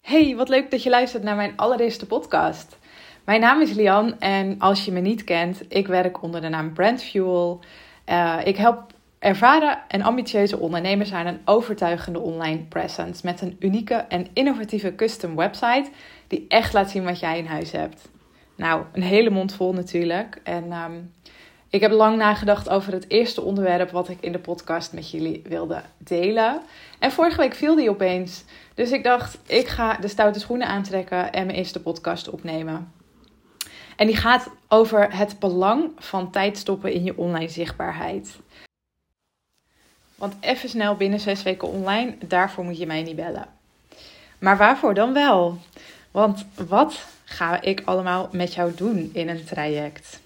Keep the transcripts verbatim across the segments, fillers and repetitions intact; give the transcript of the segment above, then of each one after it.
Hey, wat leuk dat je luistert naar mijn allereerste podcast. Mijn naam is Lian en als je me niet kent, ik werk onder de naam Brandfuel. Uh, ik help ervaren en ambitieuze ondernemers aan een overtuigende online presence met een unieke en innovatieve custom website die echt laat zien wat jij in huis hebt. Nou, een hele mond vol natuurlijk. En um, ik heb lang nagedacht over het eerste onderwerp wat ik in de podcast met jullie wilde delen. En vorige week viel die opeens. Dus ik dacht, ik ga de stoute schoenen aantrekken en mijn eerste podcast opnemen. En die gaat over het belang van tijd stoppen in je online zichtbaarheid. Want even snel binnen zes weken online, daarvoor moet je mij niet bellen. Maar waarvoor dan wel? Want wat ga ik allemaal met jou doen in een traject?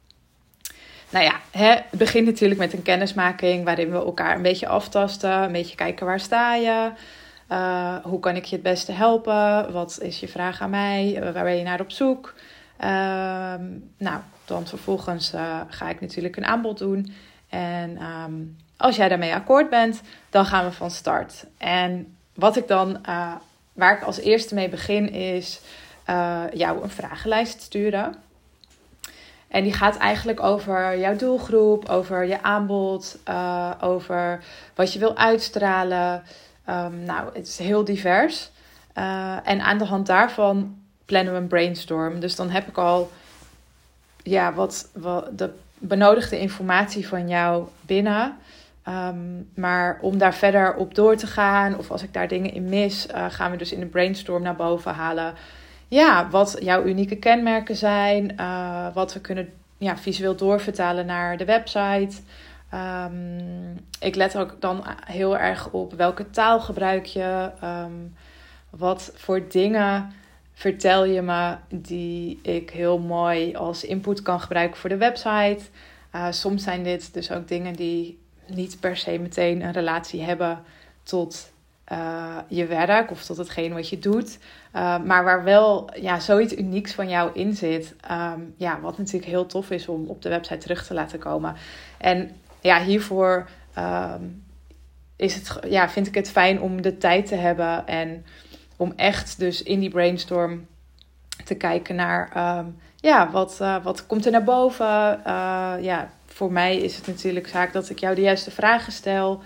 Nou ja, hè, het begint natuurlijk met een kennismaking waarin we elkaar een beetje aftasten. Een beetje kijken, waar sta je? Uh, hoe kan ik je het beste helpen? Wat is je vraag aan mij? Waar ben je naar op zoek? Uh, nou, dan vervolgens uh, ga ik natuurlijk een aanbod doen. En um, als jij daarmee akkoord bent, dan gaan we van start. En wat ik dan, uh, waar ik als eerste mee begin, is uh, jou een vragenlijst sturen. En die gaat eigenlijk over jouw doelgroep, over je aanbod, uh, over wat je wil uitstralen. Um, nou, het is heel divers. Uh, en aan de hand daarvan plannen we een brainstorm. Dus dan heb ik al ja, wat, wat de benodigde informatie van jou binnen. Um, maar om daar verder op door te gaan, of als ik daar dingen in mis, uh, gaan we dus in de brainstorm naar boven halen. Ja, wat jouw unieke kenmerken zijn, uh, wat we kunnen ja, visueel doorvertalen naar de website. Um, ik let ook dan heel erg op welke taal gebruik je, um, wat voor dingen vertel je me die ik heel mooi als input kan gebruiken voor de website. Uh, soms zijn dit dus ook dingen die niet per se meteen een relatie hebben tot Uh, je werk of tot hetgeen wat je doet. Uh, maar waar wel ja, zoiets unieks van jou in zit. Um, ja, wat natuurlijk heel tof is om op de website terug te laten komen. En ja, hiervoor um, is het, ja, vind ik het fijn om de tijd te hebben. En om echt dus in die brainstorm te kijken naar um, ja, wat, uh, wat komt er naar boven. Uh, ja, voor mij is het natuurlijk zaak dat ik jou de juiste vragen stel.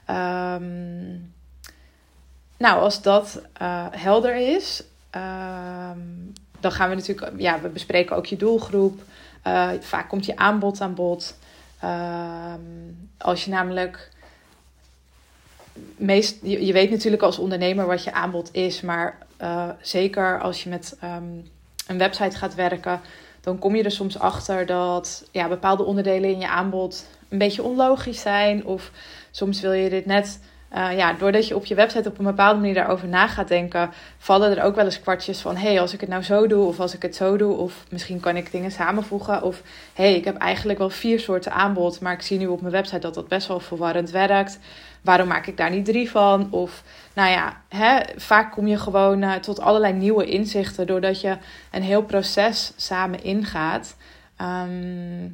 Um, Nou, als dat uh, helder is, uh, dan gaan we natuurlijk, ja, we bespreken ook je doelgroep. Uh, vaak komt je aanbod aan bod. Uh, als je namelijk, meest, je, je weet natuurlijk als ondernemer wat je aanbod is, maar uh, zeker als je met um, een website gaat werken, dan kom je er soms achter dat ja, bepaalde onderdelen in je aanbod een beetje onlogisch zijn. Of soms wil je dit net... Uh, ja, doordat je op je website op een bepaalde manier daarover na gaat denken, vallen er ook wel eens kwartjes van, hé, hey, als ik het nou zo doe, of als ik het zo doe, of misschien kan ik dingen samenvoegen, of hé, hey, ik heb eigenlijk wel vier soorten aanbod, maar ik zie nu op mijn website dat dat best wel verwarrend werkt. Waarom maak ik daar niet drie van? Of, nou ja, hè, vaak kom je gewoon uh, tot allerlei nieuwe inzichten, doordat je een heel proces samen ingaat. Um,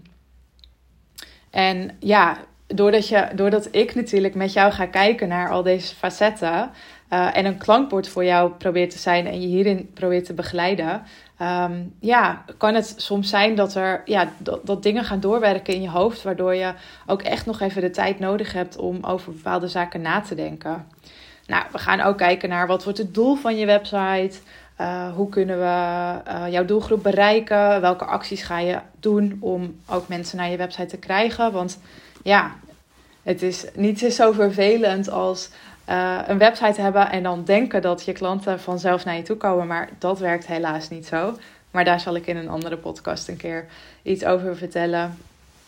en ja... Doordat, je, doordat ik natuurlijk met jou ga kijken naar al deze facetten uh, en een klankbord voor jou probeert te zijn en je hierin probeert te begeleiden, um, ja, kan het soms zijn dat er ja, dat, dat dingen gaan doorwerken in je hoofd, waardoor je ook echt nog even de tijd nodig hebt om over bepaalde zaken na te denken. Nou, we gaan ook kijken naar wat wordt het doel van je website, uh, hoe kunnen we uh, jouw doelgroep bereiken, welke acties ga je doen om ook mensen naar je website te krijgen, want ja, het is niet zo vervelend als uh, een website hebben en dan denken dat je klanten vanzelf naar je toe komen. Maar dat werkt helaas niet zo. Maar daar zal ik in een andere podcast een keer iets over vertellen.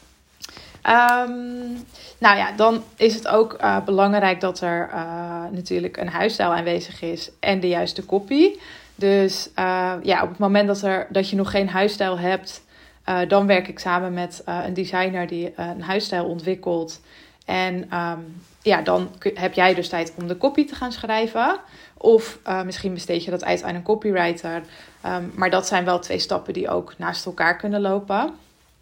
Um, nou ja, dan is het ook uh, belangrijk dat er uh, natuurlijk een huisstijl aanwezig is en de juiste copy. Dus uh, ja, op het moment dat, er, dat je nog geen huisstijl hebt, Uh, dan werk ik samen met uh, een designer die uh, een huisstijl ontwikkelt. En um, ja, dan kun, heb jij dus tijd om de copy te gaan schrijven. Of uh, misschien besteed je dat uit aan een copywriter. Um, maar dat zijn wel twee stappen die ook naast elkaar kunnen lopen.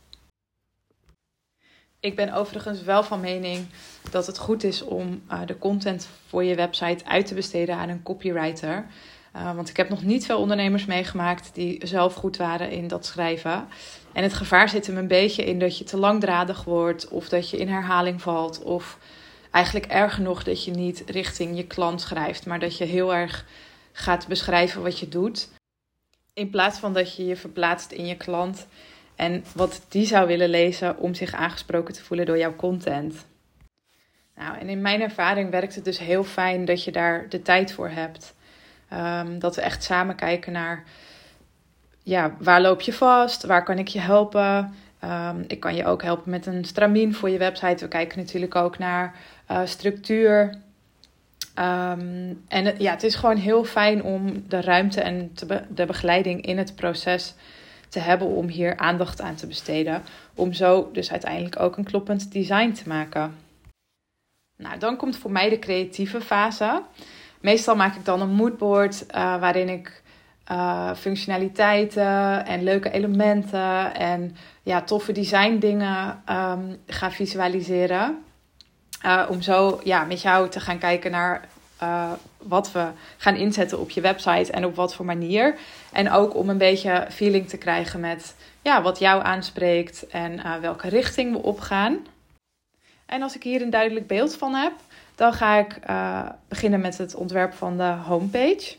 Ik ben overigens wel van mening dat het goed is om uh, de content voor je website uit te besteden aan een copywriter. Uh, want ik heb nog niet veel ondernemers meegemaakt die zelf goed waren in dat schrijven. En het gevaar zit hem een beetje in dat je te langdradig wordt of dat je in herhaling valt. Of eigenlijk erger nog dat je niet richting je klant schrijft, maar dat je heel erg gaat beschrijven wat je doet. In plaats van dat je je verplaatst in je klant en wat die zou willen lezen om zich aangesproken te voelen door jouw content. Nou, en in mijn ervaring werkt het dus heel fijn dat je daar de tijd voor hebt. Um, dat we echt samen kijken naar, ja, waar loop je vast? Waar kan ik je helpen? Um, ik kan je ook helpen met een stramien voor je website. We kijken natuurlijk ook naar uh, structuur. Um, en het, ja, het is gewoon heel fijn om de ruimte en te be- de begeleiding in het proces te hebben om hier aandacht aan te besteden. Om zo dus uiteindelijk ook een kloppend design te maken. Nou, dan komt voor mij de creatieve fase. Meestal maak ik dan een moodboard uh, waarin ik uh, functionaliteiten en leuke elementen en ja, toffe design dingen um, ga visualiseren. Uh, om zo ja, met jou te gaan kijken naar uh, wat we gaan inzetten op je website en op wat voor manier. En ook om een beetje feeling te krijgen met ja, wat jou aanspreekt en uh, welke richting we opgaan. En als ik hier een duidelijk beeld van heb, dan ga ik uh, beginnen met het ontwerp van de homepage.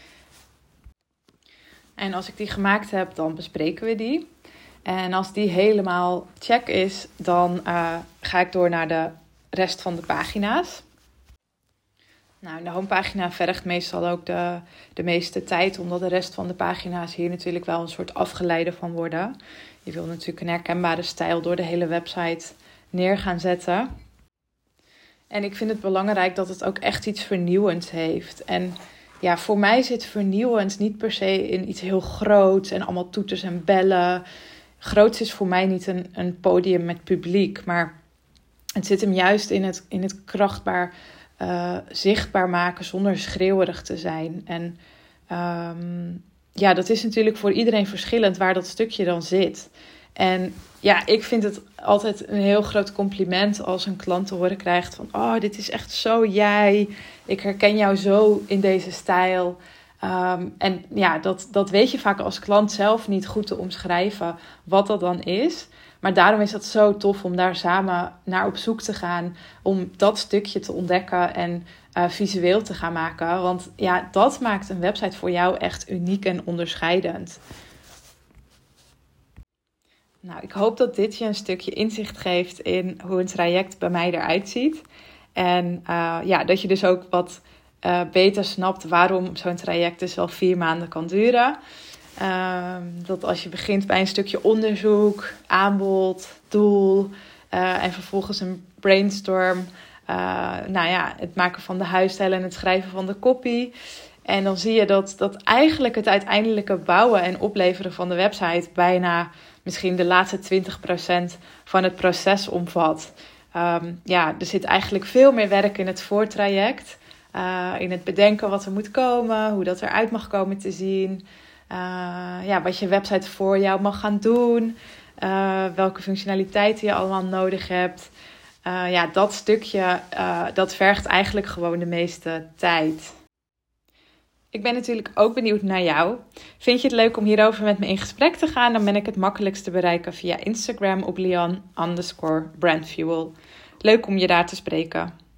En als ik die gemaakt heb, dan bespreken we die. En als die helemaal check is, dan uh, ga ik door naar de rest van de pagina's. Nou, de homepagina vergt meestal ook de, de meeste tijd, omdat de rest van de pagina's hier natuurlijk wel een soort afgeleide van worden. Je wil natuurlijk een herkenbare stijl door de hele website neer gaan zetten. En ik vind het belangrijk dat het ook echt iets vernieuwends heeft. En ja, voor mij zit vernieuwend niet per se in iets heel groots en allemaal toeters en bellen. Groots is voor mij niet een, een podium met publiek, maar het zit hem juist in het, in het krachtbaar uh, zichtbaar maken zonder schreeuwerig te zijn. En um, ja, dat is natuurlijk voor iedereen verschillend waar dat stukje dan zit. En ja, ik vind het altijd een heel groot compliment als een klant te horen krijgt van, oh, dit is echt zo jij. Ik herken jou zo in deze stijl. Um, en ja, dat, dat weet je vaak als klant zelf niet goed te omschrijven wat dat dan is. Maar daarom is het zo tof om daar samen naar op zoek te gaan. Om dat stukje te ontdekken en uh, visueel te gaan maken. Want ja, dat maakt een website voor jou echt uniek en onderscheidend. Nou, ik hoop dat dit je een stukje inzicht geeft in hoe een traject bij mij eruit ziet. En uh, ja, dat je dus ook wat uh, beter snapt waarom zo'n traject dus wel vier maanden kan duren. Uh, dat als je begint bij een stukje onderzoek, aanbod, doel uh, en vervolgens een brainstorm. Uh, nou ja, het maken van de huisstijl en het schrijven van de copy. En dan zie je dat, dat eigenlijk het uiteindelijke bouwen en opleveren van de website bijna misschien de laatste twintig procent van het proces omvat. Um, ja, er zit eigenlijk veel meer werk in het voortraject. Uh, in het bedenken wat er moet komen, hoe dat eruit mag komen te zien. Uh, ja, wat je website voor jou mag gaan doen. Uh, welke functionaliteiten je allemaal nodig hebt. Uh, ja, dat stukje, uh, dat vergt eigenlijk gewoon de meeste tijd. Ik ben natuurlijk ook benieuwd naar jou. Vind je het leuk om hierover met me in gesprek te gaan? Dan ben ik het makkelijkst te bereiken via Instagram op Lian underscore brandfuel. Leuk om je daar te spreken.